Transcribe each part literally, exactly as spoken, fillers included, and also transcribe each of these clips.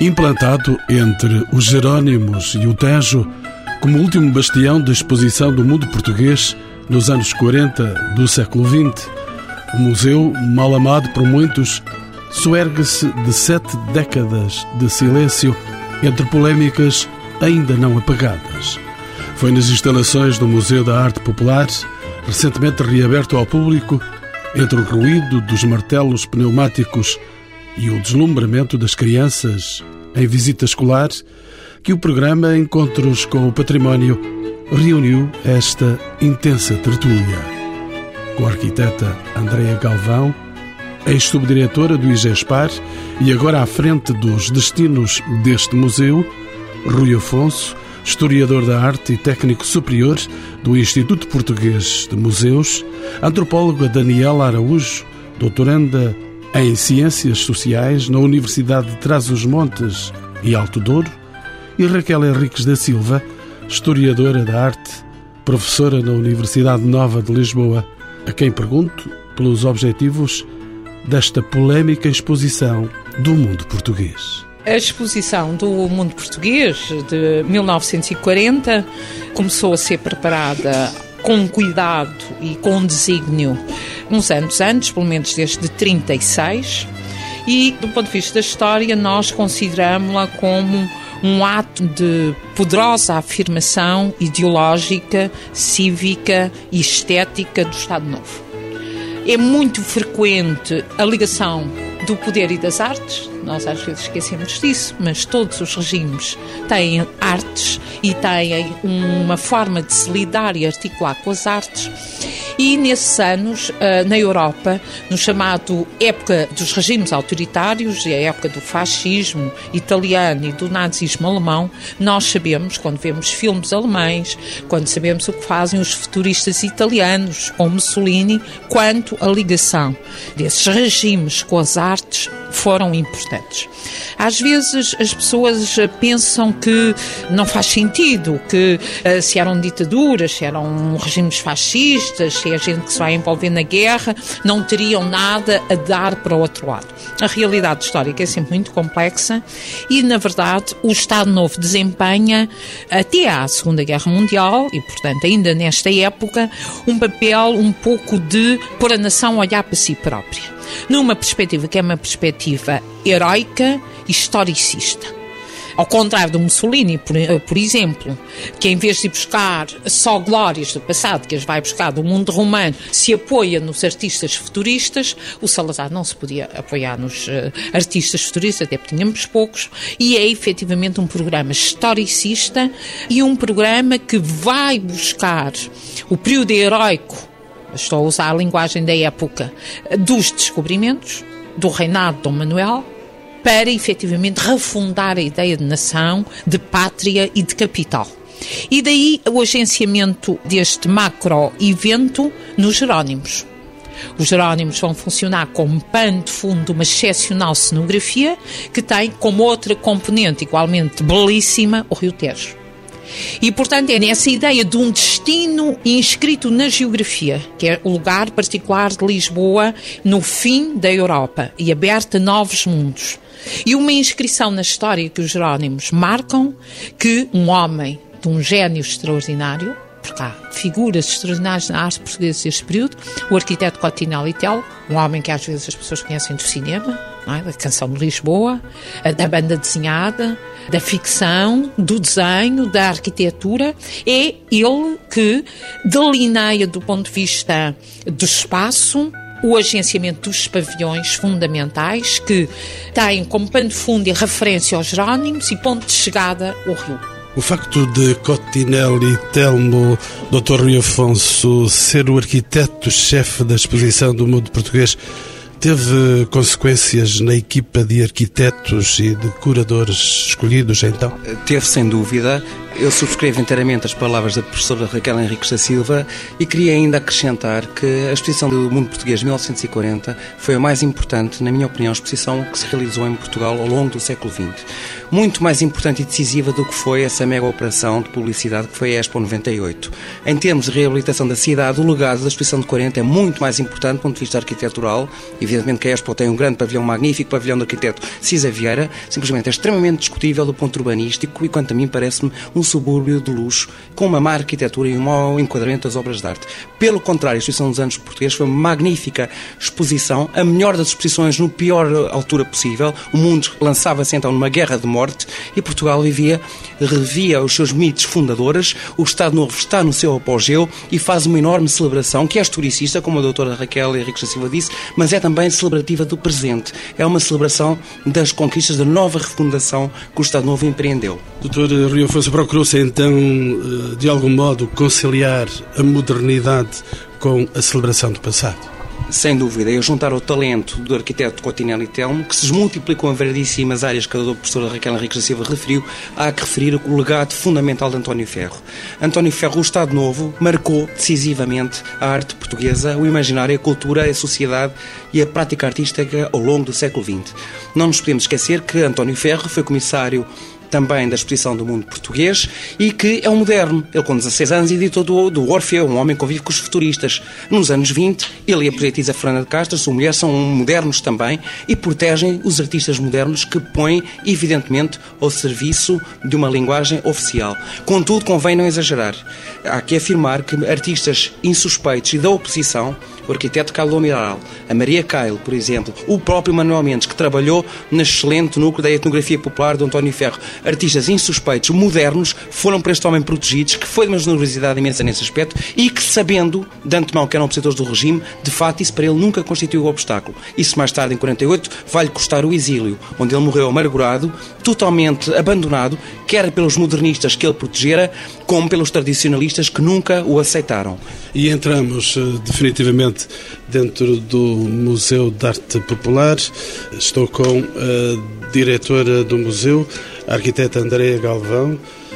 Implantado entre os Jerónimos e o Tejo, como último bastião de exposição do mundo português nos anos quarenta do século vinte, o museu, mal amado por muitos, soergue-se de sete décadas de silêncio entre polémicas ainda não apagadas. Foi nas instalações do Museu da Arte Popular, recentemente reaberto ao público, entre o ruído dos martelos pneumáticos e o deslumbramento das crianças em visita escolar, que o programa Encontros com o Património reuniu esta intensa tertúlia. Com a arquiteta Andréa Galvão, ex-subdiretora do IGESPAR e agora à frente dos destinos deste museu, Rui Afonso, historiador da arte e técnico superior do Instituto Português de Museus, a antropóloga Daniela Araújo, doutoranda em Ciências Sociais na Universidade de Trás-os-Montes e Alto Douro, e Raquel Henriques da Silva, historiadora da arte, professora na Universidade Nova de Lisboa, a quem pergunto pelos objetivos desta polémica exposição do mundo português. A exposição do mundo português de mil novecentos e quarenta começou a ser preparada com cuidado e com desígnio uns anos antes, pelo menos desde trinta e seis, e do ponto de vista da história nós consideramos-la como um ato de poderosa afirmação ideológica, cívica e estética do Estado Novo. É muito frequente a ligação do poder e das artes, nós às vezes esquecemos disso, mas todos os regimes têm artes e têm uma forma de se lidar e articular com as artes. E nesses anos, na Europa, no chamado época dos regimes autoritários, e a época do fascismo italiano e do nazismo alemão, nós sabemos, quando vemos filmes alemães, quando sabemos o que fazem os futuristas italianos, ou Mussolini, quanto a ligação desses regimes com as artes foram importantes. Às vezes as pessoas pensam que não faz sentido, que se eram ditaduras, se eram regimes fascistas, se é gente que se vai envolver na guerra, não teriam nada a dar para o outro lado. A realidade histórica é sempre muito complexa e, na verdade, o Estado Novo desempenha, até à Segunda Guerra Mundial, e, portanto, ainda nesta época, um papel um pouco de pôr a nação a olhar para si própria, numa perspectiva que é uma perspectiva heroica e historicista. Ao contrário do Mussolini, por, por exemplo, que em vez de buscar só glórias do passado, que as vai buscar do mundo romano, se apoia nos artistas futuristas, o Salazar não se podia apoiar nos uh, artistas futuristas, até porque tínhamos poucos, e é efetivamente um programa historicista e um programa que vai buscar o período heroico, estou a usar a linguagem da época, dos descobrimentos, do reinado de Dom Manuel, para efetivamente refundar a ideia de nação, de pátria e de capital. E daí o agenciamento deste macro-evento nos Jerónimos. Os Jerónimos vão funcionar como pano de fundo de uma excepcional cenografia que tem como outra componente igualmente belíssima o Rio Tejo. E, portanto, é nessa ideia de um destino inscrito na geografia, que é o lugar particular de Lisboa no fim da Europa e aberta a novos mundos. E uma inscrição na história que os Jerónimos marcam que um homem de um gênio extraordinário, porque há figuras extraordinárias na arte portuguesa deste período, o arquiteto Cottinelle e Tell, um homem que às vezes as pessoas conhecem do cinema, não é? Da Canção de Lisboa, da banda desenhada, da ficção, do desenho, da arquitetura, é ele que delineia do ponto de vista do espaço o agenciamento dos pavilhões fundamentais que têm como pano de fundo e referência aos Jerónimos e ponto de chegada o rio. O facto de Cottinelle e Telmo, doutor Rui Afonso, ser o arquiteto-chefe da exposição do mundo português, teve consequências na equipa de arquitetos e de curadores escolhidos, então? Teve, sem dúvida. Eu subscrevo inteiramente as palavras da professora Raquel Henriques da Silva e queria ainda acrescentar que a exposição do Mundo Português de mil novecentos e quarenta foi a mais importante, na minha opinião, a exposição que se realizou em Portugal ao longo do século vinte. Muito mais importante e decisiva do que foi essa mega operação de publicidade que foi a Expo noventa e oito. Em termos de reabilitação da cidade, o legado da exposição de quarenta é muito mais importante do ponto de vista arquitetural. Evidentemente que a Expo tem um grande pavilhão magnífico, pavilhão do arquiteto Cisa Vieira, simplesmente é extremamente discutível do ponto urbanístico e, quanto a mim, parece-me um subúrbio de luxo, com uma má arquitetura e um mau enquadramento das obras de arte. Pelo contrário, a exposição dos anos portugueses foi uma magnífica exposição, a melhor das exposições no pior altura possível. O mundo lançava-se então numa guerra de morte e Portugal vivia, revia os seus mitos fundadores. O Estado Novo está no seu apogeu e faz uma enorme celebração, que é historicista, como a doutora Raquel Henriques da Silva disse, mas é também celebrativa do presente. É uma celebração das conquistas da nova refundação que o Estado Novo empreendeu. doutor Rui Afonso, procurou-se então, de algum modo, conciliar a modernidade com a celebração do passado? Sem dúvida, é juntar o talento do arquiteto Coutinho Telmo, que se multiplicou em variedíssimas áreas que a professora Raquel Henriques da Silva referiu, há que referir o legado fundamental de António Ferro. António Ferro, o Estado Novo, marcou decisivamente a arte portuguesa, o imaginário, a cultura, a sociedade e a prática artística ao longo do século vinte. Não nos podemos esquecer que António Ferro foi comissário também da exposição do Mundo Português e que é um moderno. Ele, com dezasseis anos, editou do, do Orfeu, um homem que convive com os futuristas. Nos anos vinte, ele e a projetista Fernanda de Castro, sua mulher, são modernos também e protegem os artistas modernos que põem, evidentemente, ao serviço de uma linguagem oficial. Contudo, convém não exagerar. Há que afirmar que artistas insuspeitos e da oposição, o arquiteto Carlos Miral, a Maria Caio, por exemplo, o próprio Manuel Mendes, que trabalhou no excelente núcleo da etnografia popular do António Ferro, artistas insuspeitos, modernos, foram por este homem protegidos, que foi de uma generosidade imensa nesse aspecto e que, sabendo de antemão que eram opositores do regime, de facto isso para ele nunca constituiu obstáculo. Isso mais tarde, em quarenta e oito, vai-lhe custar o exílio, onde ele morreu amargurado, totalmente abandonado, quer pelos modernistas que ele protegera, como pelos tradicionalistas que nunca o aceitaram. E entramos definitivamente dentro do Museu de Arte Popular. Estou com a diretora do museu, a arquiteta Andréa Galvão.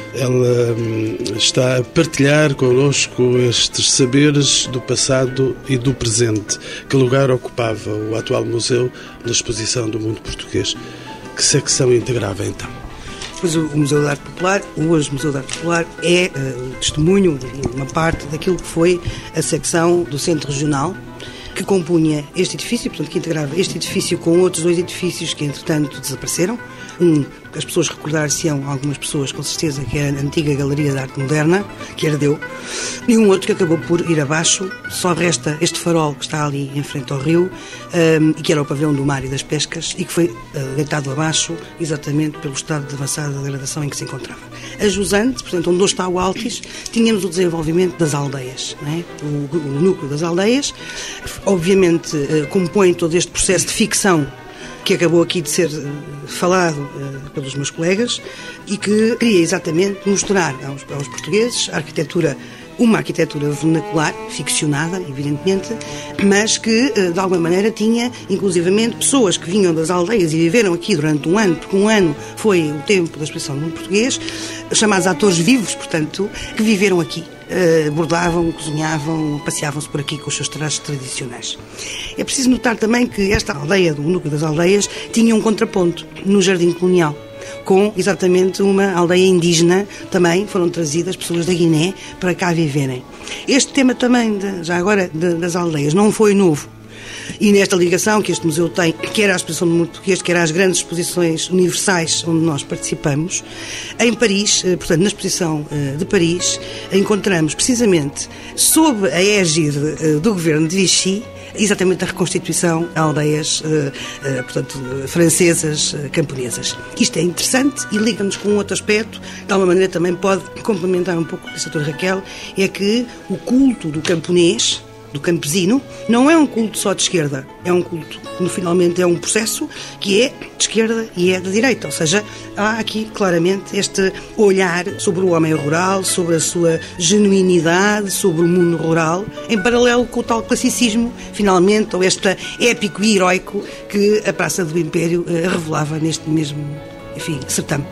Ela está a partilhar connosco estes saberes do passado e do presente. Que lugar ocupava o atual museu na exposição do Mundo Português? Que secção integrava então? Pois o Museu de Arte Popular, o hoje Museu de Arte Popular, é uh, testemunho, uma parte daquilo que foi a secção do Centro Regional, que compunha este edifício, portanto, que integrava este edifício com outros dois edifícios que, entretanto, desapareceram. Um, as pessoas recordar-se-ão, algumas pessoas, com certeza, que é a antiga Galeria de Arte Moderna, que ardeu, e um outro que acabou por ir abaixo. Só resta este farol que está ali em frente ao rio, um, e que era o pavilhão do mar e das pescas, e que foi uh, deitado abaixo, exatamente pelo estado de avançada degradação em que se encontrava. A Jusante, portanto, onde hoje está o Altis, tínhamos o desenvolvimento das aldeias, não é? o, o núcleo das aldeias, obviamente uh, compõe todo este processo de ficção que acabou aqui de ser uh, falado uh, pelos meus colegas e que queria exatamente mostrar aos, aos portugueses a arquitetura, uma arquitetura vernacular, ficcionada, evidentemente, mas que, uh, de alguma maneira, tinha, inclusivamente, pessoas que vinham das aldeias e viveram aqui durante um ano, porque um ano foi o tempo da exposição do Mundo Português, chamados atores vivos, portanto, que viveram aqui. Uh, bordavam, cozinhavam, passeavam-se por aqui com os seus trajes tradicionais. É preciso notar também que esta aldeia, do núcleo das aldeias, tinha um contraponto no Jardim Colonial, com exatamente uma aldeia indígena. Também foram trazidas pessoas da Guiné para cá viverem. Este tema também, de, já agora, de, das aldeias, não foi novo. E nesta ligação que este museu tem, quer à exposição do Mundo Português, quer às grandes exposições universais onde nós participamos, em Paris, portanto, na exposição de Paris, encontramos precisamente, sob a égide do governo de Vichy, exatamente a reconstituição de aldeias, portanto, francesas, camponesas. Isto é interessante e liga-nos com um outro aspecto, de alguma maneira também pode complementar um pouco o que disse a doutora Raquel, é que o culto do camponês, do campesino, não é um culto só de esquerda, é um culto que, no, finalmente, é um processo que é de esquerda e é de direita, ou seja, há aqui claramente este olhar sobre o homem rural, sobre a sua genuinidade, sobre o mundo rural, em paralelo com o tal classicismo, finalmente, ou este épico e heroico que a Praça do Império eh, revelava neste mesmo, enfim, certame.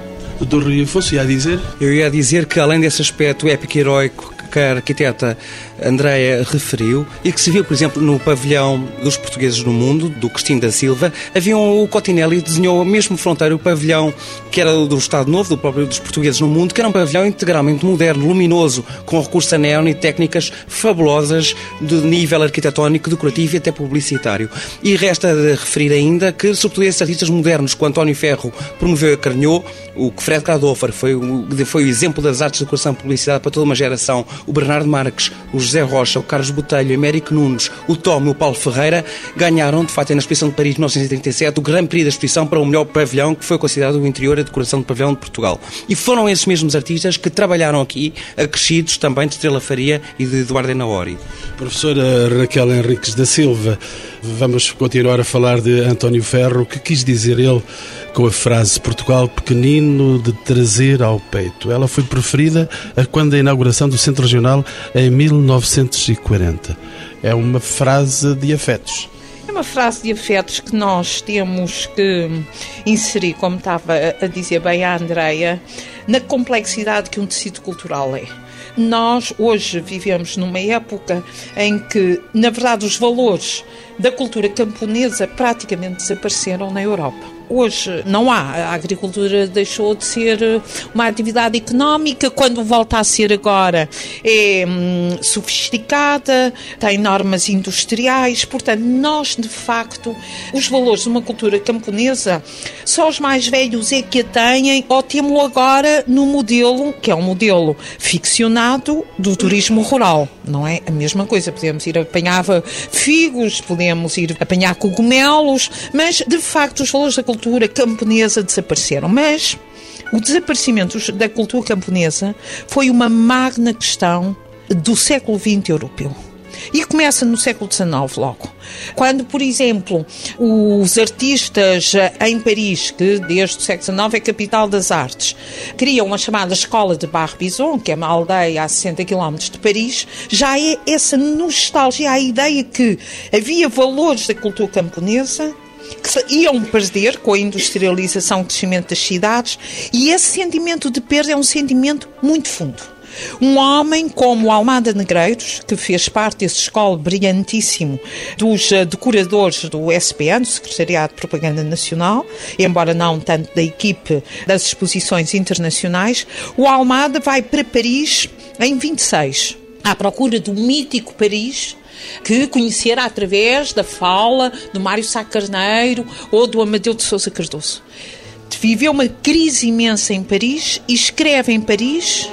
doutor Rui Afonso, ia a dizer? Eu ia dizer que, além desse aspecto épico e heroico que a arquiteta Andréia referiu e que se viu, por exemplo, no pavilhão dos portugueses no mundo, do Cristina da Silva, havia um, o Cottinelli desenhou mesmo fronteiro o pavilhão que era do Estado Novo, do próprio dos portugueses no mundo, que era um pavilhão integralmente moderno, luminoso, com recurso a neon e técnicas fabulosas de nível arquitetónico, decorativo e até publicitário. E resta de referir ainda que, sobretudo esses artistas modernos, que o António Ferro promoveu e acarinhou, o que Fred Kradhofer foi o, foi o exemplo das artes de decoração e publicidade para toda uma geração, o Bernardo Marques, o José Rocha, o Carlos Botelho, o Américo Nunes, o Tom e o Paulo Ferreira, ganharam, de facto, na exposição de Paris de mil novecentos e trinta e sete, o Grand Prix da exposição para o melhor pavilhão, que foi considerado o interior e a decoração do pavilhão de Portugal. E foram esses mesmos artistas que trabalharam aqui, acrescidos também de Estrela Faria e de Eduardo Enaori. Professora Raquel Henriques da Silva, vamos continuar a falar de António Ferro. O que quis dizer ele com a frase Portugal pequenino de trazer ao peito? Ela foi preferida a quando a inauguração do Centro Regional em mil novecentos e quarenta. É uma frase de afetos. É uma frase de afetos que nós temos que inserir, como estava a dizer bem a Andréia, na complexidade que um tecido cultural é. Nós hoje vivemos numa época em que, na verdade, os valores da cultura camponesa praticamente desapareceram na Europa. Hoje não há. A agricultura deixou de ser uma atividade económica. Quando volta a ser agora, é hum, sofisticada, tem normas industriais. Portanto, nós, de facto, os valores de uma cultura camponesa, só os mais velhos é que a têm, ou temos agora no modelo, que é um modelo ficcionado do turismo rural. Não é a mesma coisa. Podemos ir apanhar figos, podemos ir apanhar cogumelos, mas, de facto, os valores da cultura cultura camponesa desapareceram, mas o desaparecimento da cultura camponesa foi uma magna questão do século vinte europeu. E começa no século dezenove logo. Quando, por exemplo, os artistas em Paris, que desde o século dezenove é capital das artes, criam a chamada Escola de Barbizon, que é uma aldeia a sessenta quilómetros de Paris, já é essa nostalgia, a ideia que havia valores da cultura camponesa que iam perder com a industrialização e o crescimento das cidades, e esse sentimento de perda é um sentimento muito fundo. Um homem como Almada Negreiros, que fez parte desse escola brilhantíssimo dos decoradores do S P N, do Secretariado de Propaganda Nacional, embora não tanto da equipe das exposições internacionais, o Almada vai para Paris em vinte e seis, à procura do mítico Paris, que conhecera através da fala do Mário Sá Carneiro ou do Amadeu de Sousa Cardoso. Viveu uma crise imensa em Paris e escreve em Paris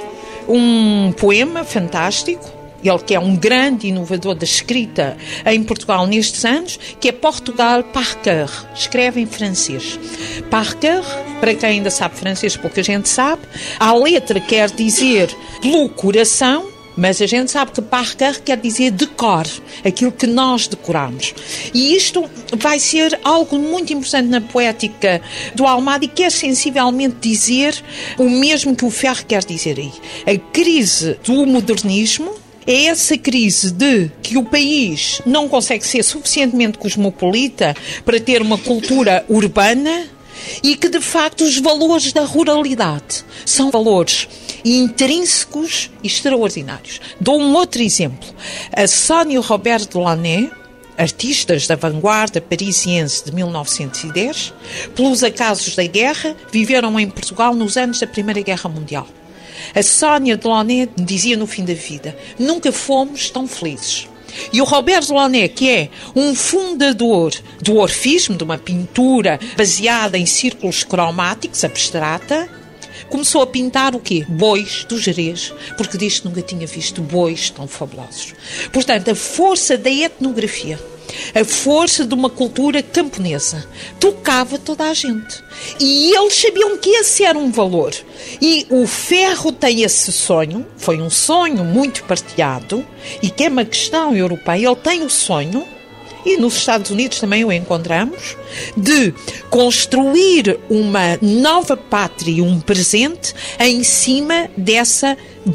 um poema fantástico, ele que é um grande inovador da escrita em Portugal nestes anos, que é Portugal par cœur, escreve em francês. Par cœur, para quem ainda sabe francês, pouca gente sabe, a letra quer dizer pelo coração, mas a gente sabe que par cœur quer dizer decor, aquilo que nós decoramos. E isto vai ser algo muito importante na poética do Almada e quer sensivelmente dizer o mesmo que o Ferro quer dizer aí. A crise do modernismo é essa crise de que o país não consegue ser suficientemente cosmopolita para ter uma cultura urbana e que, de facto, os valores da ruralidade são valores intrínsecos e extraordinários. Dou um outro exemplo. A Sónia Robert Delaunay, artistas da vanguarda parisiense de mil novecentos e dez, pelos acasos da guerra, viveram em Portugal nos anos da Primeira Guerra Mundial. A Sónia Delaunay dizia no fim da vida: nunca fomos tão felizes. E o Robert Delaunay, que é um fundador do orfismo, de uma pintura baseada em círculos cromáticos, abstrata, começou a pintar o quê? Bois do Jerez, porque diz que nunca tinha visto bois tão fabulosos. Portanto, a força da etnografia, a força de uma cultura camponesa, tocava toda a gente. E eles sabiam que esse era um valor. E o Ferro tem esse sonho, foi um sonho muito partilhado, e que é uma questão europeia. Ele tem o sonho, e nos Estados Unidos também o encontramos, de construir uma nova pátria, um presente, em cima dessa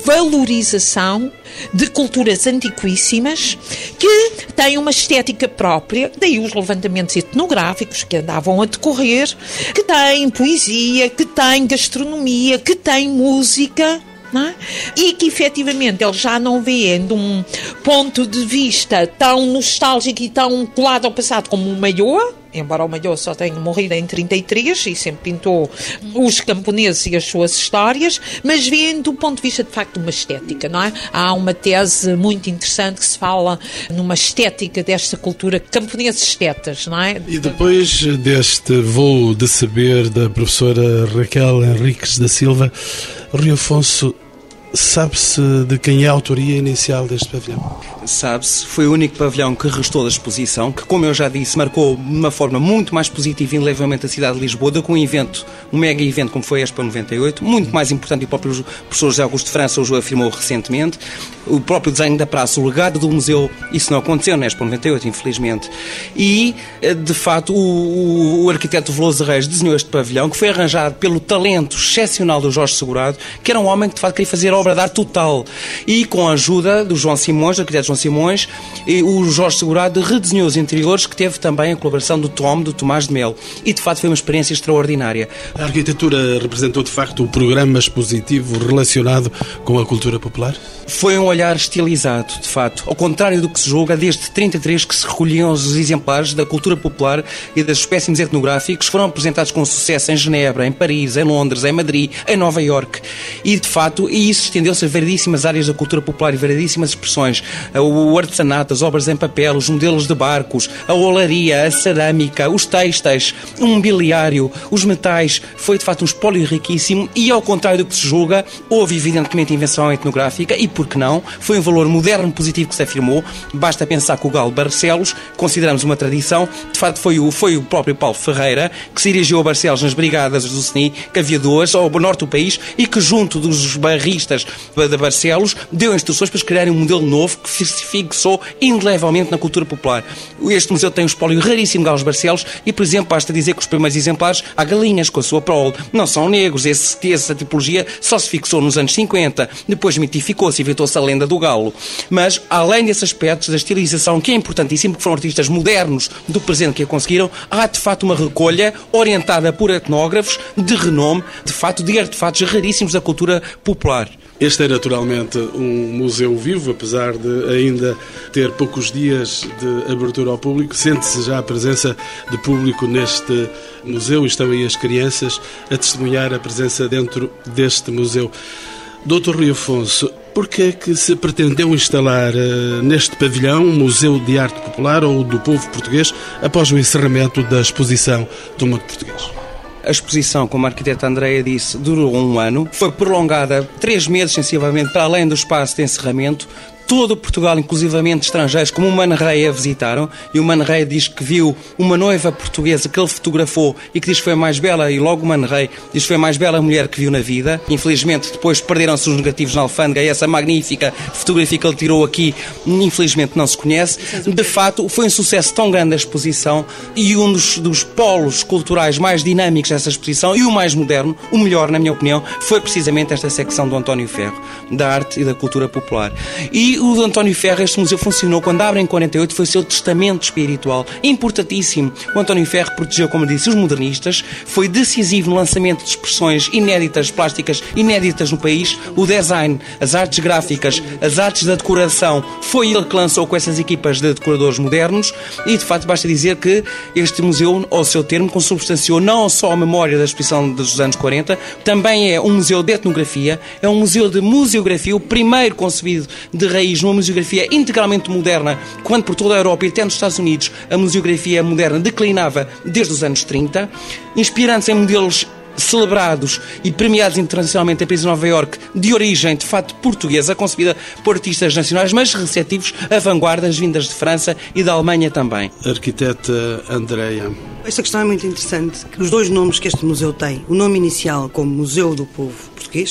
valorização de culturas antiquíssimas que têm uma estética própria, daí os levantamentos etnográficos que andavam a decorrer, que têm poesia, que têm gastronomia, que têm música. Não é? E que efetivamente eles já não veem de um ponto de vista tão nostálgico e tão colado ao passado como o Malhoa, embora o Malhoa só tenha morrido em trinta e três e sempre pintou os camponeses e as suas histórias, mas veem do ponto de vista de facto de uma estética, não é? Há uma tese muito interessante que se fala numa estética desta cultura, camponeses estetas, não é? E depois deste voo de saber da professora Raquel Henriques da Silva, Rui Afonso, sabe-se de quem é a autoria inicial deste pavilhão? Sabe-se, foi o único pavilhão que restou da exposição, que, como eu já disse, marcou de uma forma muito mais positiva e inlevelmente a cidade de Lisboa do que um evento, um mega evento como foi a Expo noventa e oito, muito mais importante, e o próprio professor José Augusto de França o afirmou recentemente. O próprio desenho da praça, o legado do museu, isso não aconteceu na Expo noventa e oito, infelizmente. E, de facto, o, o arquiteto Veloso Reis desenhou este pavilhão, que foi arranjado pelo talento excepcional do Jorge Segurado, que era um homem que, de facto, queria fazer obra de arte total. E, com a ajuda do João Simões, do arquiteto João Simões, e o Jorge Segurado redesenhou os interiores, que teve também a colaboração do Tom, do Tomás de Melo. E, de facto, foi uma experiência extraordinária. A arquitetura representou, de facto, o programa expositivo relacionado com a cultura popular? Foi um olhar estilizado, de facto. Ao contrário do que se julga, desde trinta e três que se recolhiam os exemplares da cultura popular e dos espécimes etnográficos, foram apresentados com sucesso em Genebra, em Paris, em Londres, em Madrid, em Nova Iorque. E, de facto, e isso estendeu-se a variedíssimas áreas da cultura popular e variedíssimas expressões. O artesanato, as obras em papel, os modelos de barcos, a olaria, a cerâmica, os têxteis, o mobiliário, os metais. Foi, de facto, um espólio riquíssimo e, ao contrário do que se julga, houve, evidentemente, invenção etnográfica e, por que não, foi um valor moderno positivo que se afirmou. Basta pensar que o Galo Barcelos, consideramos uma tradição, de facto foi o, foi o próprio Paulo Ferreira que se dirigiu a Barcelos nas brigadas do S N I, que havia duas, ao norte do país, e que junto dos barristas de Barcelos deu instruções para criarem um modelo novo que se fixou indelevelmente na cultura popular. Este museu tem um espólio raríssimo de Galos Barcelos e, por exemplo, basta dizer que os primeiros exemplares há galinhas com a sua prole, não são negros. Esse, essa tipologia só se fixou nos anos cinquenta, depois mitificou-se, inventou-se a lenda do galo. Mas, além desses aspectos da estilização, que é importantíssimo, que foram artistas modernos do presente que a conseguiram, há de facto uma recolha orientada por etnógrafos de renome, de facto, de artefatos raríssimos da cultura popular. Este é naturalmente um museu vivo, apesar de ainda ter poucos dias de abertura ao público. Sente-se já a presença de público neste museu e estão aí as crianças a testemunhar a presença dentro deste museu. doutor Rui Afonso, por que é que se pretendeu instalar uh, neste pavilhão um museu de arte popular ou do povo português após o encerramento da exposição do mundo português? A exposição, como a arquiteta Andreia disse, durou um ano, foi prolongada três meses sensivelmente para além do espaço de encerramento. Todo Portugal, inclusivamente estrangeiros, como o Man Ray a visitaram, e o Man Ray diz que viu uma noiva portuguesa que ele fotografou e que diz que foi a mais bela, e logo o Man Ray diz que foi a mais bela mulher que viu na vida. Infelizmente, depois perderam-se os negativos na alfândega e essa magnífica fotografia que ele tirou aqui, infelizmente, não se conhece. De facto, foi um sucesso tão grande a exposição e um dos, dos polos culturais mais dinâmicos dessa exposição e o mais moderno, o melhor, na minha opinião, foi precisamente esta secção do António Ferro, da arte e da cultura popular. E o do António Ferro, este museu funcionou quando abre em quarenta e oito, foi o seu testamento espiritual, importantíssimo. O António Ferro protegeu, como disse, os modernistas, foi decisivo no lançamento de expressões inéditas, plásticas inéditas no país, o design, as artes gráficas, as artes da decoração, foi ele que lançou com essas equipas de decoradores modernos e, de facto, basta dizer que este museu, ao seu termo, consubstanciou não só a memória da exposição dos anos quarenta, também é um museu de etnografia, é um museu de museografia, o primeiro concebido de raiz numa museografia integralmente moderna, quando por toda a Europa e até nos Estados Unidos a museografia moderna declinava desde os anos trinta, inspirando-se em modelos celebrados e premiados internacionalmente em Paris e Nova Iorque, de origem, de facto, portuguesa, concebida por artistas nacionais, mas receptivos a vanguardas vindas de França e da Alemanha também. Arquiteta Andreia. Esta questão é muito interessante, que os dois nomes que este museu tem, o nome inicial como Museu do Povo Português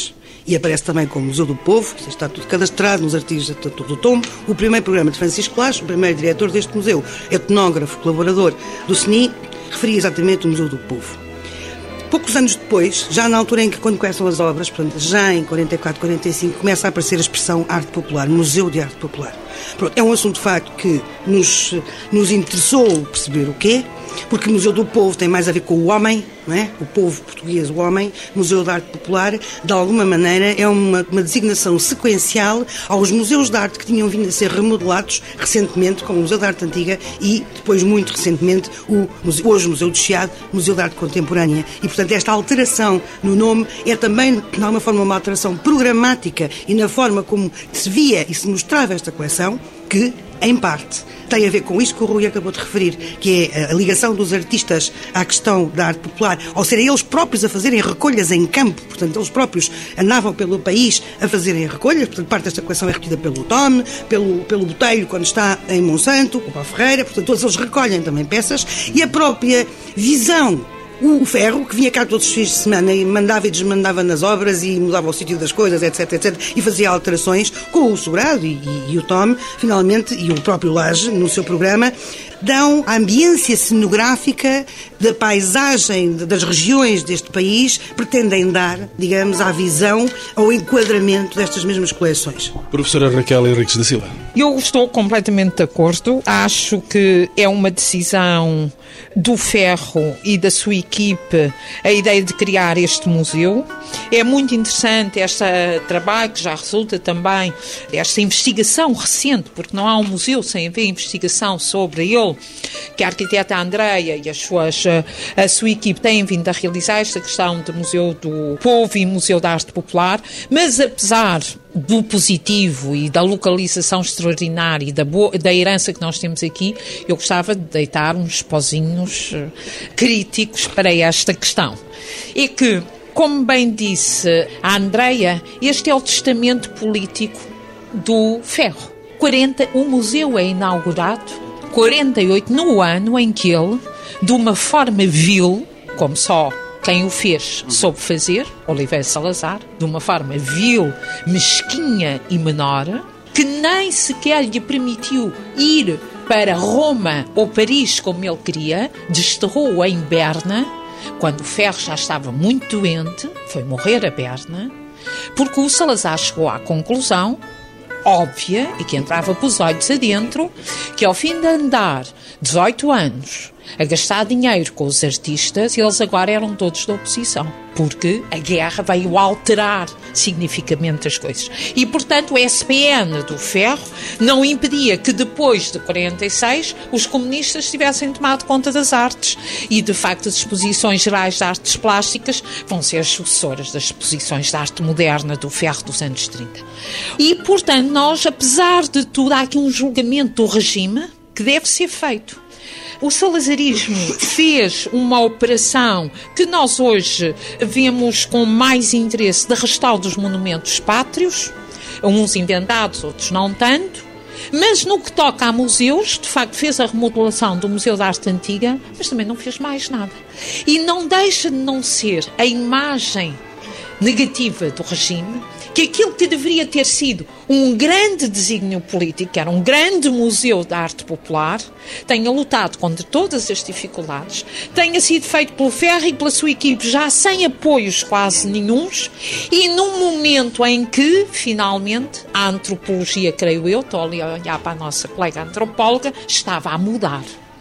e aparece também como Museu do Povo, está tudo cadastrado nos artigos do tombo. O primeiro programa de Francisco Lages, o primeiro diretor deste museu, etnógrafo, colaborador do C N I, referia exatamente o Museu do Povo. Poucos anos depois, já na altura em que, quando começam as obras, portanto, já em quarenta e quatro, quarenta e cinco, começa a aparecer a expressão arte popular, Museu de Arte Popular. Pronto, é um assunto, de facto, que nos, nos interessou perceber o quê, porque o Museu do Povo tem mais a ver com o homem, não é? O povo português, o homem. Museu de Arte Popular, de alguma maneira, é uma, uma designação sequencial aos museus de arte que tinham vindo a ser remodelados recentemente, como o Museu de Arte Antiga e, depois, muito recentemente, o museu, hoje Museu do Chiado, Museu de Arte Contemporânea. E, portanto, esta alteração no nome é também, de alguma forma, uma alteração programática e na forma como se via e se mostrava esta coleção, que, em parte, tem a ver com isto que o Rui acabou de referir, que é a ligação dos artistas à questão da arte popular, ao serem eles próprios a fazerem recolhas em campo, portanto, eles próprios andavam pelo país a fazerem recolhas, portanto, parte desta coleção é retida pelo Tome, pelo, pelo Botelho, quando está em Monsanto, o Pá Ferreira, portanto, todos eles recolhem também peças, e a própria visão. O Ferro, que vinha cá todos os fins de semana e mandava e desmandava nas obras e mudava o sítio das coisas, etc, etc, e fazia alterações, com o Sobrado e, e, e o Tom, finalmente, e o próprio Laje, no seu programa, dão a ambiência cenográfica da paisagem das regiões deste país, pretendem dar, digamos, à visão, ao enquadramento destas mesmas coleções. Professora Raquel Henriques da Silva. Eu estou completamente de acordo. Acho que é uma decisão do Ferro e da sua equipe a ideia de criar este museu. É muito interessante este trabalho que já resulta também desta investigação recente, porque não há um museu sem haver investigação sobre ele, que a arquiteta Andreia e as suas, a sua equipe têm vindo a realizar esta questão do Museu do Povo e Museu da Arte Popular, mas apesar do positivo e da localização extraordinária e da, boa, da herança que nós temos aqui, eu gostava de deitar uns pozinhos críticos para esta questão. É que, como bem disse a Andreia, este é o testamento político do Ferro. quarenta, o museu é inaugurado quarenta e oito, no ano em que ele, de uma forma vil, como só quem o fez soube fazer, Oliveira Salazar, de uma forma vil, mesquinha e menor, que nem sequer lhe permitiu ir para Roma ou Paris como ele queria, desterrou-o em Berna, quando o Ferro já estava muito doente, foi morrer a Berna, porque o Salazar chegou à conclusão óbvia, e que entrava pelos olhos adentro, que ao fim de andar dezoito anos a gastar dinheiro com os artistas, eles agora eram todos da oposição, porque a guerra veio alterar significativamente as coisas. E, portanto, o S P N do Ferro não impedia que depois de quarenta e seis os comunistas tivessem tomado conta das artes. E, de facto, as exposições gerais de artes plásticas vão ser as sucessoras das exposições de arte moderna do Ferro dos anos trinta. E, portanto, nós, apesar de tudo, há aqui um julgamento do regime que deve ser feito. O salazarismo fez uma operação que nós hoje vemos com mais interesse de restauro dos monumentos pátrios, uns inventados, outros não tanto, mas no que toca a museus, de facto fez a remodelação do Museu da Arte Antiga, mas também não fez mais nada. E não deixa de não ser a imagem negativa do regime, que aquilo que deveria ter sido um grande desígnio político, que era um grande museu da arte popular, tenha lutado contra todas as dificuldades, tenha sido feito pelo Ferro e pela sua equipe, já sem apoios quase nenhuns, e num momento em que, finalmente, a antropologia, creio eu, estou ali a olhar para a nossa colega antropóloga, estava a mudar.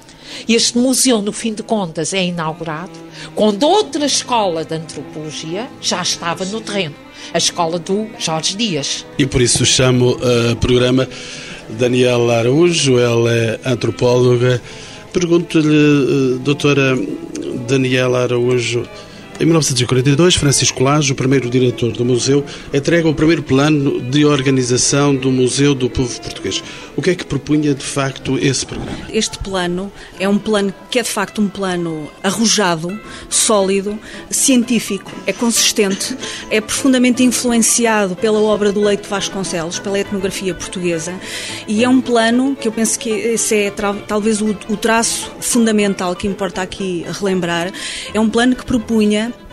Este museu, no fim de contas, é inaugurado quando outra escola de antropologia já estava no terreno, a escola do Jorge Dias. E por isso chamo a programa Daniela Araújo, ela é antropóloga. Pergunto-lhe, doutora Daniela Araújo, em mil novecentos e quarenta e dois, Francisco Lages, o primeiro diretor do museu, entrega o primeiro plano de organização do Museu do Povo Português. O que é que propunha, de facto, esse programa? Este plano é um plano que é, de facto, um plano arrojado, sólido, científico, é consistente, é profundamente influenciado pela obra do Leite Vasconcelos, pela etnografia portuguesa, e é um plano que eu penso que esse é talvez o, o traço fundamental que importa aqui relembrar, é um plano que propunha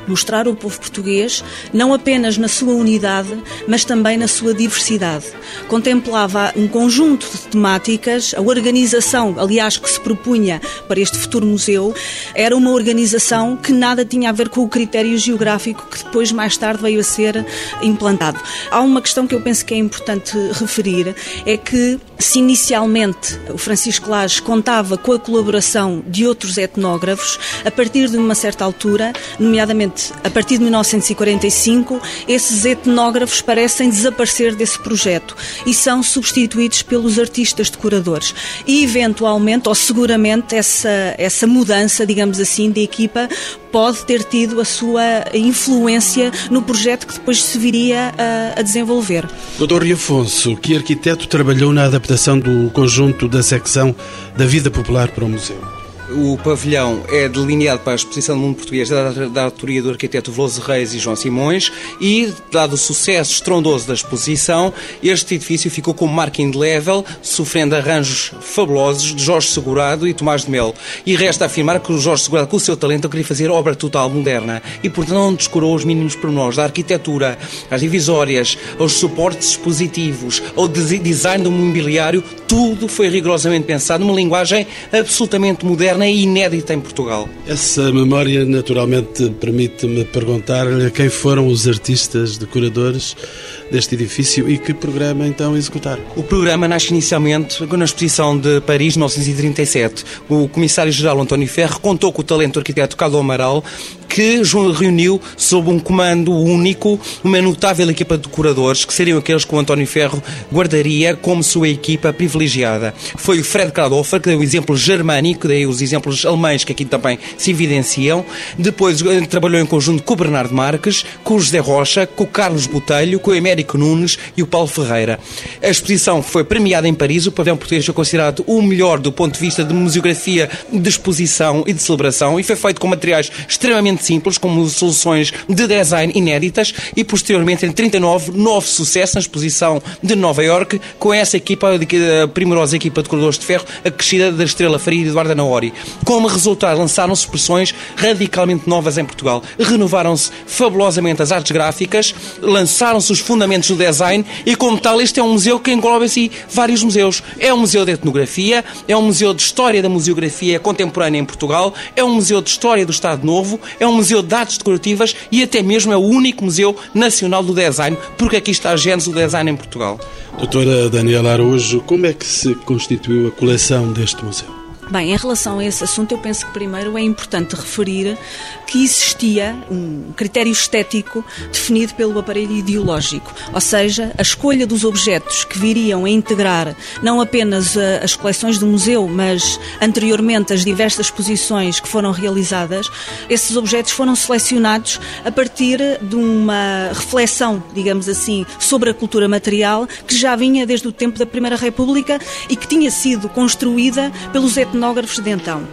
Mostrar o povo português não apenas na sua unidade, mas também na sua diversidade. Contemplava um conjunto de temáticas, a organização, aliás, que se propunha para este futuro museu, era uma organização que nada tinha a ver com o critério geográfico que depois, mais tarde, veio a ser implantado. Há uma questão que eu penso que é importante referir, é que se inicialmente o Francisco Lages contava com a colaboração de outros etnógrafos, a partir de uma certa altura, nomeadamente a partir de mil novecentos e quarenta e cinco, esses etnógrafos parecem desaparecer desse projeto e são substituídos pelos artistas decoradores. E, eventualmente, ou seguramente, essa, essa mudança, digamos assim, de equipa pode ter tido a sua influência no projeto que depois se viria a, a desenvolver. doutor Rui Afonso, que arquiteto trabalhou na adaptação do conjunto da secção da vida popular para o museu? O pavilhão é delineado para a exposição do mundo português da, da autoria do arquiteto Veloso Reis e João Simões e, dado o sucesso estrondoso da exposição, este edifício ficou como marca indelével, sofrendo arranjos fabulosos de Jorge Segurado e Tomás de Melo. E resta afirmar que o Jorge Segurado, com o seu talento, queria fazer obra total moderna e, portanto, não descurou os mínimos pormenores da arquitetura, as divisórias, aos suportes expositivos, ao design do mobiliário. Tudo foi rigorosamente pensado numa linguagem absolutamente moderna e inédita em Portugal. Essa memória, naturalmente, permite-me perguntar-lhe quem foram os artistas decoradores deste edifício e que programa, então, executaram. O programa nasce inicialmente na exposição de Paris, mil novecentos e trinta e sete. O comissário-geral António Ferro contou com o talento do arquiteto Cado Amaral, que reuniu sob um comando único uma notável equipa de decoradores, que seriam aqueles que o António Ferro guardaria como sua equipa privilegiada. Foi o Fred Kradhofer, que deu o exemplo germânico, daí os exemplos alemães que aqui também se evidenciam. Depois trabalhou em conjunto com o Bernardo Marques, com o José Rocha, com o Carlos Botelho, com o Américo Nunes e o Paulo Ferreira. A exposição foi premiada em Paris. O pavilhão português foi considerado o melhor do ponto de vista de museografia, de exposição e de celebração, e foi feito com materiais extremamente simples, como soluções de design inéditas, e posteriormente, em trinta e nove, novo sucesso na exposição de Nova Iorque, com essa equipa, a primorosa equipa de decoradores de ferro, acrescida da Estrela Faria e de Eduardo Anaori. Como resultado, lançaram-se expressões radicalmente novas em Portugal. Renovaram-se fabulosamente as artes gráficas, lançaram-se os fundamentos do design e, como tal, este é um museu que engloba assim vários museus. É um museu de etnografia, é um museu de história da museografia contemporânea em Portugal, é um museu de história do Estado Novo, é um museu de artes decorativas e até mesmo é o único museu nacional do design, porque aqui está a gênese do design em Portugal. Doutora Daniela Araújo, como é que se constituiu a coleção deste museu? Bem, em relação a esse assunto, eu penso que primeiro é importante referir que existia um critério estético definido pelo aparelho ideológico, ou seja, a escolha dos objetos que viriam a integrar não apenas as coleções do museu, mas anteriormente as diversas exposições que foram realizadas. Esses objetos foram selecionados a partir de uma reflexão, digamos assim, sobre a cultura material que já vinha desde o tempo da Primeira República e que tinha sido construída pelos etnógrafos de então.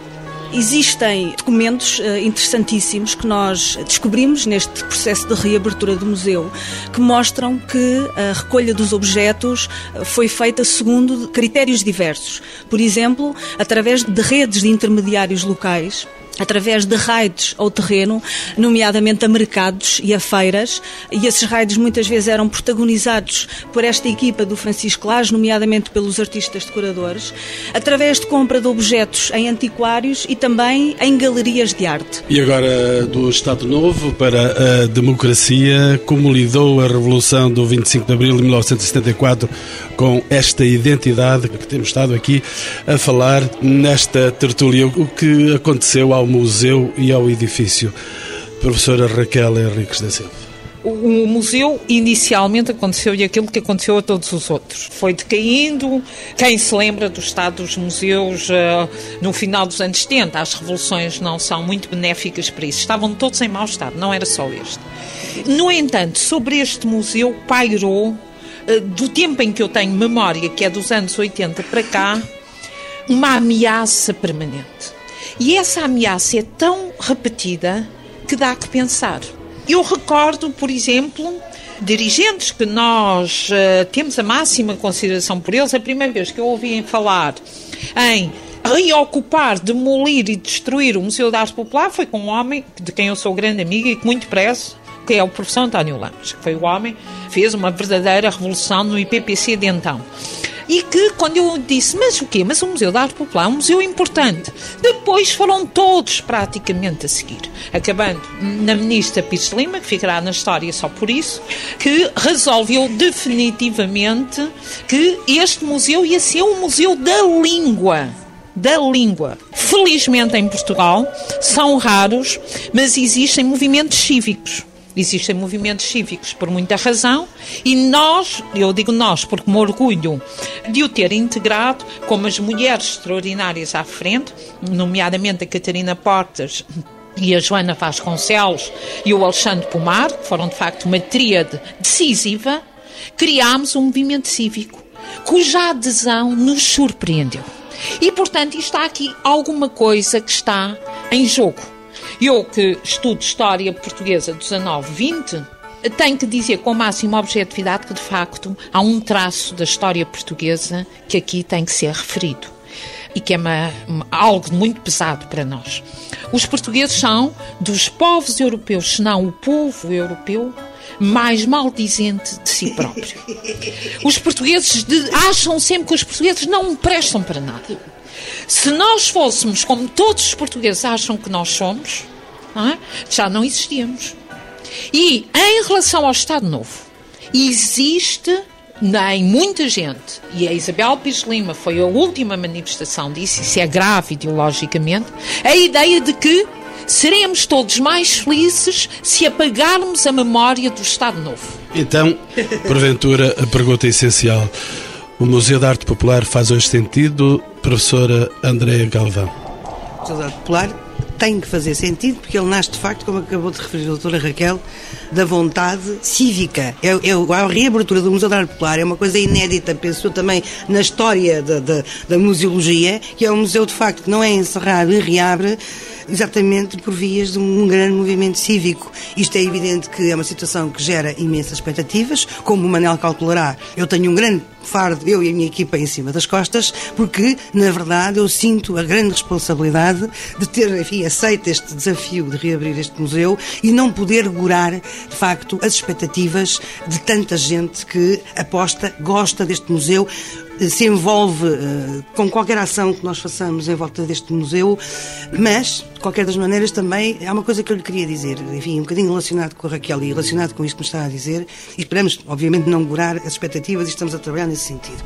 Existem documentos uh, interessantíssimos que nós descobrimos neste processo de reabertura do museu, que mostram que a recolha dos objetos foi feita segundo critérios diversos. Por exemplo, através de redes de intermediários locais, através de raids ao terreno, nomeadamente a mercados e a feiras, e esses raids muitas vezes eram protagonizados por esta equipa do Francisco Lages, nomeadamente pelos artistas decoradores, através de compra de objetos em antiquários e também em galerias de arte. E agora, do Estado Novo para a democracia, como lidou a Revolução do vinte e cinco de Abril de mil novecentos e setenta e quatro com esta identidade que temos estado aqui a falar nesta tertúlia? O que aconteceu ao museu e ao edifício? Professora Raquel Henriques da Silva. O museu inicialmente aconteceu-lhe aquilo que aconteceu a todos os outros. Foi decaindo. Quem se lembra do estado dos museus uh, no final dos anos setenta? As revoluções não são muito benéficas para isso. Estavam todos em mau estado, não era só este. No entanto, sobre este museu pairou, uh, do tempo em que eu tenho memória, que é dos anos oitenta para cá, uma ameaça permanente. E essa ameaça é tão repetida que dá que pensar. Eu recordo, por exemplo, dirigentes que nós uh, temos a máxima consideração por eles. A primeira vez que eu ouvi falar em reocupar, demolir e destruir o Museu da Arte Popular foi com um homem de quem eu sou grande amiga e que muito prezo, que é o professor António Lamas, que foi o homem que fez uma verdadeira revolução no I P P C de então. E que, quando eu disse, mas o quê? Mas o Museu da Arte Popular é um museu importante. Depois foram todos praticamente a seguir. Acabando na ministra Pires de Lima, que ficará na história só por isso, que resolveu definitivamente que este museu ia ser um museu da língua. Da língua. Felizmente em Portugal são raros, mas existem movimentos cívicos. Existem movimentos cívicos por muita razão e nós, eu digo nós porque me orgulho de o ter integrado, como as mulheres extraordinárias à frente, nomeadamente a Catarina Portas e a Joana Vasconcelos e o Alexandre Pomar, que foram de facto uma tríade decisiva, criámos um movimento cívico cuja adesão nos surpreendeu. E, portanto, está aqui alguma coisa que está em jogo. Eu, que estudo História Portuguesa do dezenove vinte, tenho que dizer com a máxima objetividade que, de facto, há um traço da história portuguesa que aqui tem que ser referido e que é uma, uma, algo muito pesado para nós. Os portugueses são, dos povos europeus, se não o povo europeu, mais maldizente de si próprio. Os portugueses de, acham sempre que os portugueses não prestam para nada. Se nós fôssemos como todos os portugueses acham que nós somos, não é? Já não existíamos. E em relação ao Estado Novo, existe em muita gente, e a Isabel Pires de Lima foi a última manifestação disso, isso é grave ideologicamente, a ideia de que seremos todos mais felizes se apagarmos a memória do Estado Novo. Então, porventura, a pergunta essencial. O Museu da Arte Popular faz hoje sentido, professora Andréa Galvão? O Museu da Arte Popular tem que fazer sentido, porque ele nasce, de facto, como acabou de referir a doutora Raquel, da vontade cívica. É, é, a reabertura do Museu da Arte Popular é uma coisa inédita, penso eu, também na história da, da, da museologia, que é um museu, de facto, que não é encerrado e reabre exatamente por vias de um grande movimento cívico. Isto é evidente que é uma situação que gera imensas expectativas, como o Manel calculará. Eu tenho um grande fardo, eu e a minha equipa, em cima das costas, porque, na verdade, eu sinto a grande responsabilidade de ter, enfim, aceito este desafio de reabrir este museu e não poder segurar, de facto, as expectativas de tanta gente que aposta, gosta deste museu, se envolve uh, com qualquer ação que nós façamos em volta deste museu, mas, de qualquer das maneiras, também há uma coisa que eu lhe queria dizer, enfim, um bocadinho relacionado com a Raquel e relacionado com isto que me está a dizer, e esperamos, obviamente, não segurar as expectativas e estamos a trabalhar nesse sentido.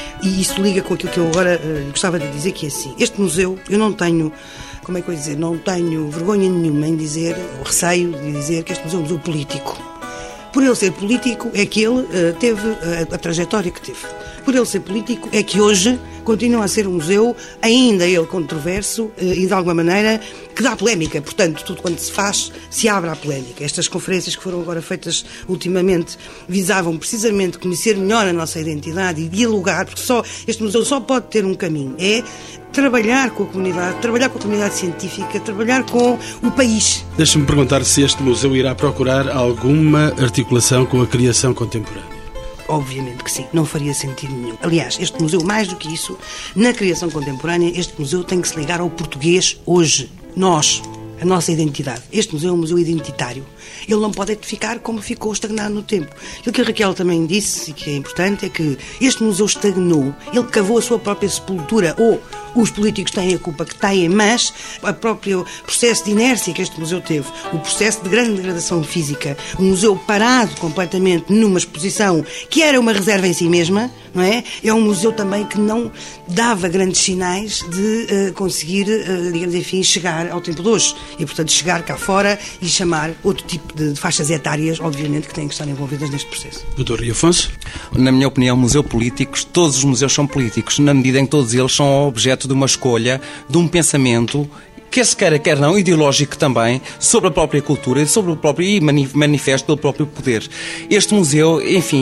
E isso liga com aquilo que eu agora uh, gostava de dizer, que é assim, este museu, eu não tenho, como é que eu ia dizer, não tenho vergonha nenhuma em dizer, ou receio de dizer que este museu é um museu político. Por ele ser político é que ele uh, teve a, a trajetória que teve. Por ele ser político é que hoje continua a ser um museu, ainda ele controverso uh, e de alguma maneira que dá polémica. Portanto, tudo quanto se faz se abre à polémica. Estas conferências que foram agora feitas ultimamente visavam precisamente conhecer melhor a nossa identidade e dialogar, porque só, este museu só pode ter um caminho, é trabalhar com a comunidade, trabalhar com a comunidade científica, trabalhar com o país. Deixa-me perguntar se este museu irá procurar alguma articulação com a criação contemporânea. Obviamente que sim, não faria sentido nenhum. Aliás, este museu, mais do que isso, na criação contemporânea, este museu tem que se ligar ao português hoje. Nós, a nossa identidade. Este museu é um museu identitário. Ele não pode ficar como ficou estagnado no tempo. Aquilo que a Raquel também disse, e que é importante, é que este museu estagnou, ele cavou a sua própria sepultura, ou os políticos têm a culpa que têm, mas o próprio processo de inércia que este museu teve, o processo de grande degradação física, um museu parado completamente numa exposição que era uma reserva em si mesma, não é? É um museu também que não dava grandes sinais de uh, conseguir, uh, digamos, enfim, chegar ao tempo de hoje. E, portanto, chegar cá fora e chamar outro tipo de, de faixas etárias, obviamente, que têm que estar envolvidas neste processo. doutor Rui Afonso? Na minha opinião, museu políticos, todos os museus são políticos, na medida em que todos eles são objeto de uma escolha, de um pensamento, quer se queira, quer não, ideológico também, sobre a própria cultura, sobre o próprio, e manifesto pelo próprio poder. Este museu, enfim,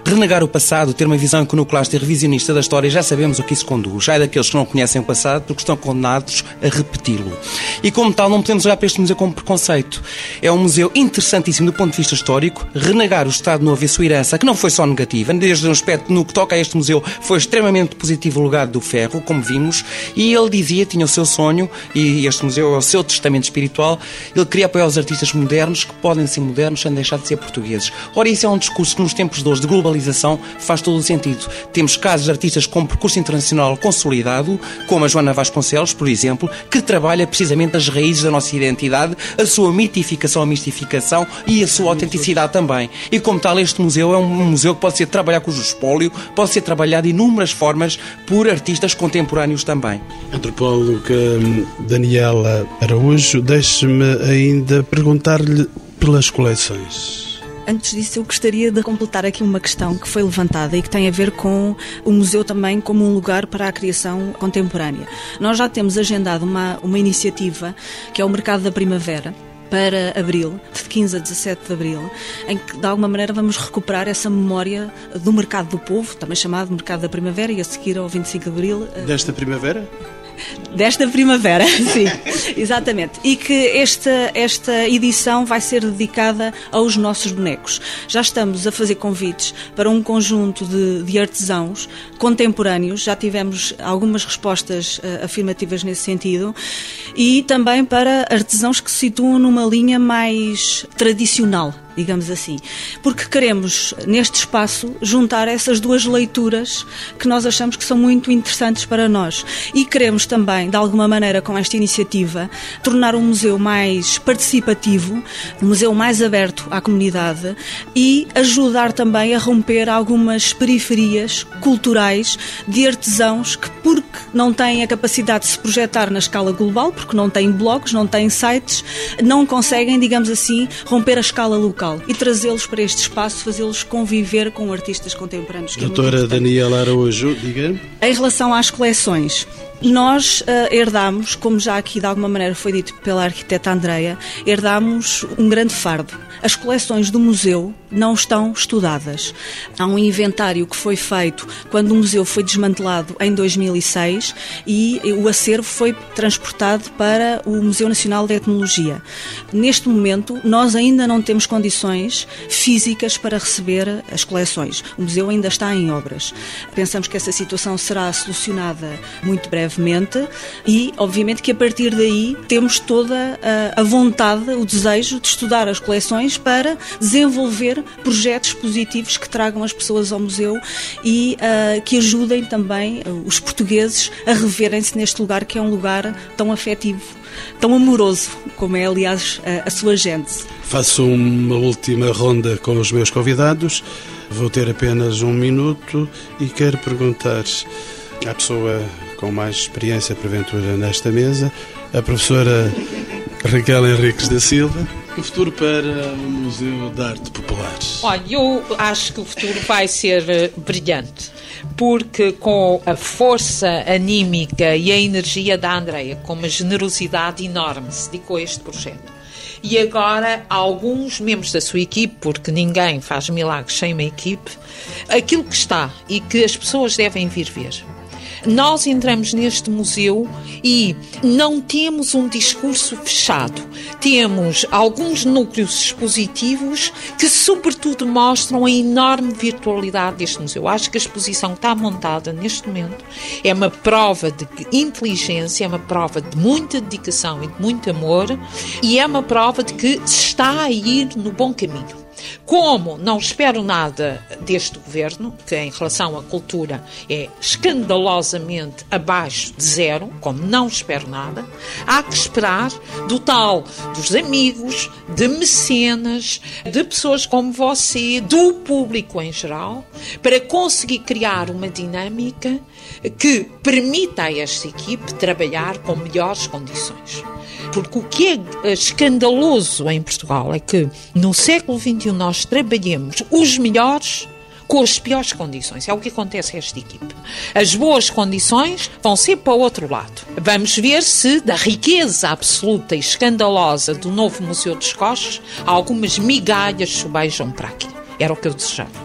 Renegar o passado, ter uma visão iconoclasta e revisionista da história, já sabemos o que isso conduz. Há daqueles que não conhecem o passado porque estão condenados a repeti-lo. E como tal, não podemos olhar para este museu como preconceito. É um museu interessantíssimo do ponto de vista histórico. Renegar o Estado Novo e a sua herança, que não foi só negativa, desde um aspecto no que toca a este museu, foi extremamente positivo o legado do ferro, como vimos, e ele dizia, tinha o seu sonho, e este museu é o seu testamento espiritual, ele queria apoiar os artistas modernos que podem ser modernos sem deixar de ser portugueses. Ora, isso é um discurso que nos tempos de hoje de globalização faz todo o sentido. Temos casos de artistas com percurso internacional consolidado, como a Joana Vasconcelos, por exemplo, que trabalha precisamente as raízes da nossa identidade, a sua mitificação, a mistificação e a sua autenticidade também. E como tal, este museu é um museu que pode ser trabalhado com o espólio, pode ser trabalhado de inúmeras formas por artistas contemporâneos também. Antropóloga Daniela Araújo, deixe-me ainda perguntar-lhe pelas coleções. Antes disso, eu gostaria de completar aqui uma questão que foi levantada e que tem a ver com o museu também como um lugar para a criação contemporânea. Nós já temos agendado uma, uma iniciativa que é o Mercado da Primavera, para abril, de quinze a dezassete de abril, em que de alguma maneira vamos recuperar essa memória do Mercado do Povo, também chamado Mercado da Primavera, e a seguir ao vinte e cinco de abril... Desta primavera? Desta primavera, sim, exatamente. E que esta, esta edição vai ser dedicada aos nossos bonecos. Já estamos a fazer convites para um conjunto de, de artesãos contemporâneos, já tivemos algumas respostas uh, afirmativas nesse sentido, e também para artesãos que se situam numa linha mais tradicional, digamos assim, porque queremos, neste espaço, juntar essas duas leituras que nós achamos que são muito interessantes para nós. E queremos também, de alguma maneira, com esta iniciativa, tornar um museu mais participativo, um museu mais aberto à comunidade e ajudar também a romper algumas periferias culturais de artesãos que, porque não têm a capacidade de se projetar na escala global, porque não têm blogs, não têm sites, não conseguem, digamos assim, romper a escala local e trazê-los para este espaço, fazê-los conviver com artistas contemporâneos. Doutora é Daniela Araújo, diga. Em relação às coleções, nós uh, herdamos, como já aqui de alguma maneira foi dito pela arquiteta Andreia, herdamos um grande fardo. As coleções do museu não estão estudadas. Há um inventário que foi feito quando o museu foi desmantelado em dois mil e seis e o acervo foi transportado para o Museu Nacional de Etnologia. Neste momento, nós ainda não temos condições físicas para receber as coleções. O museu ainda está em obras. Pensamos que essa situação será solucionada muito brevemente e, obviamente, que a partir daí temos toda a, a vontade, o desejo de estudar as coleções para desenvolver projetos positivos que tragam as pessoas ao museu e uh, que ajudem também uh, os portugueses a reverem-se neste lugar que é um lugar tão afetivo, tão amoroso, como é, aliás, a, a sua gênese. Faço uma última ronda com os meus convidados. Vou ter apenas um minuto e quero perguntar à pessoa com mais experiência, porventura, nesta mesa, a professora Raquel Henriques da Silva. O futuro para o Museu de Arte Popular? Olha, eu acho que o futuro vai ser uh, brilhante, porque com a força anímica e a energia da Andreia, com uma generosidade enorme, se dedicou a este projeto. E agora, alguns membros da sua equipe, porque ninguém faz milagres sem uma equipe, aquilo que está e que as pessoas devem vir ver. Nós entramos neste museu e não temos um discurso fechado. Temos alguns núcleos expositivos que, sobretudo, mostram a enorme virtualidade deste museu. Acho que a exposição que está montada neste momento é uma prova de inteligência, é uma prova de muita dedicação e de muito amor e é uma prova de que se está a ir no bom caminho. Como não espero nada deste governo, que em relação à cultura é escandalosamente abaixo de zero, como não espero nada, há que esperar do tal dos amigos, de mecenas, de pessoas como você, do público em geral, para conseguir criar uma dinâmica que permita a esta equipe trabalhar com melhores condições. Porque o que é escandaloso em Portugal é que no século vinte e um nós trabalhemos os melhores com as piores condições. É o que acontece a esta equipe. As boas condições vão ser para o outro lado. Vamos ver se da riqueza absoluta e escandalosa do novo Museu dos Coches algumas migalhas sobejam para aqui. Era o que eu desejava.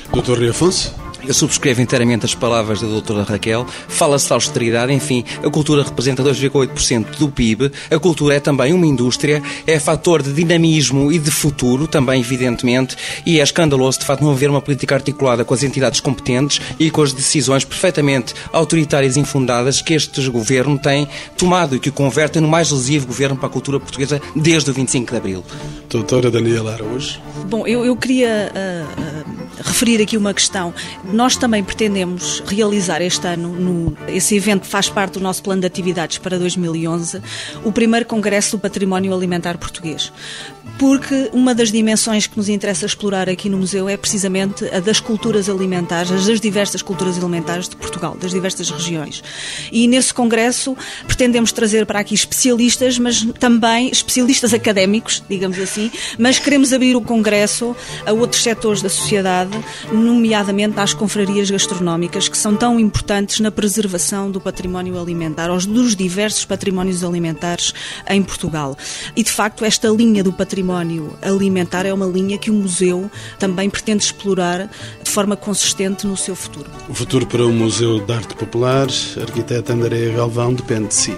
doutor Rui Afonso? Eu subscrevo inteiramente as palavras da doutora Raquel. Fala-se de austeridade, enfim, a cultura representa dois vírgula oito por cento do P I B. A cultura é também uma indústria, é fator de dinamismo e de futuro, também evidentemente, e é escandaloso, de facto, não haver uma política articulada com as entidades competentes e com as decisões perfeitamente autoritárias e infundadas que este governo tem tomado e que o convertem no mais lesivo governo para a cultura portuguesa desde o vinte e cinco de Abril. Doutora Daniela Araújo. Bom, eu, eu queria uh, uh, referir aqui uma questão. Nós também pretendemos realizar este ano, no, esse evento faz parte do nosso plano de atividades para dois mil e onze, o primeiro Congresso do Património Alimentar Português. Porque uma das dimensões que nos interessa explorar aqui no museu é precisamente a das culturas alimentares, as das diversas culturas alimentares de Portugal, das diversas regiões. E nesse congresso pretendemos trazer para aqui especialistas, mas também especialistas académicos, digamos assim, mas queremos abrir o congresso a outros setores da sociedade, nomeadamente às confrarias gastronómicas, que são tão importantes na preservação do património alimentar, aos dos diversos patrimónios alimentares em Portugal. E, de facto, esta linha do património alimentar é uma linha que o museu também pretende explorar de forma consistente no seu futuro. O futuro para o Museu de Arte Popular, arquiteta Andréa Galvão, depende de si.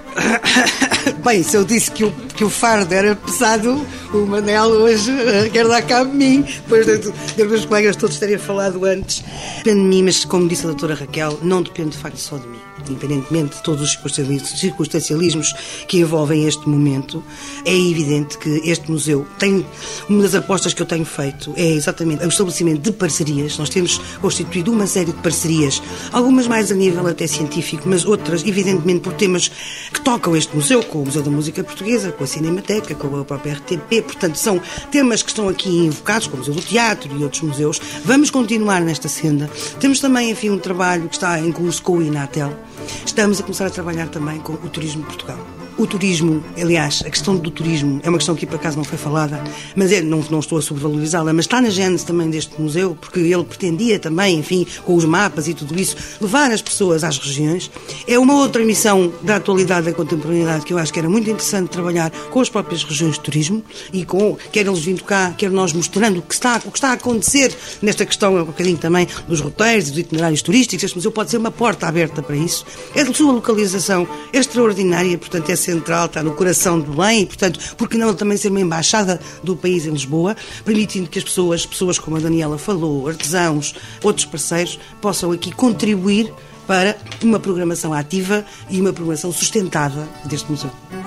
Bem, se eu disse que o, que o fardo era pesado, o Manel hoje quer dar cabo de mim, depois dos de meus colegas todos terem falado antes. Depende de mim, mas como disse a doutora Raquel, não depende de facto só de mim. Independentemente de todos os circunstancialismos que envolvem este momento, é evidente que este museu tem, uma das apostas que eu tenho feito é exatamente o estabelecimento de parcerias. Nós temos constituído uma série de parcerias, algumas mais a nível até científico, mas outras, evidentemente, por temas que tocam este museu, com o Museu da Música Portuguesa, com a Cinemateca, com a própria R T P, portanto, são temas que estão aqui invocados, com o Museu do Teatro e outros museus. Vamos continuar nesta senda. Temos também, enfim, um trabalho que está em curso com o Inatel. Estamos a começar a trabalhar também com o Turismo de Portugal. O turismo, aliás, a questão do turismo é uma questão que por acaso não foi falada, mas é, não, não estou a sobrevalorizá-la, mas está na gênese também deste museu, porque ele pretendia também, enfim, com os mapas e tudo isso, levar as pessoas às regiões. É uma outra missão da atualidade, da contemporaneidade, que eu acho que era muito interessante trabalhar com as próprias regiões de turismo e com, quer eles vindo cá, quer nós mostrando o que está, o que está a acontecer nesta questão, um bocadinho também dos roteiros e dos itinerários turísticos. Este museu pode ser uma porta aberta para isso. A sua localização é extraordinária, portanto é central, está no coração de Belém e, portanto, porque não também ser uma embaixada do país em Lisboa, permitindo que as pessoas, pessoas como a Daniela falou, artesãos, outros parceiros, possam aqui contribuir para uma programação ativa e uma programação sustentada deste museu.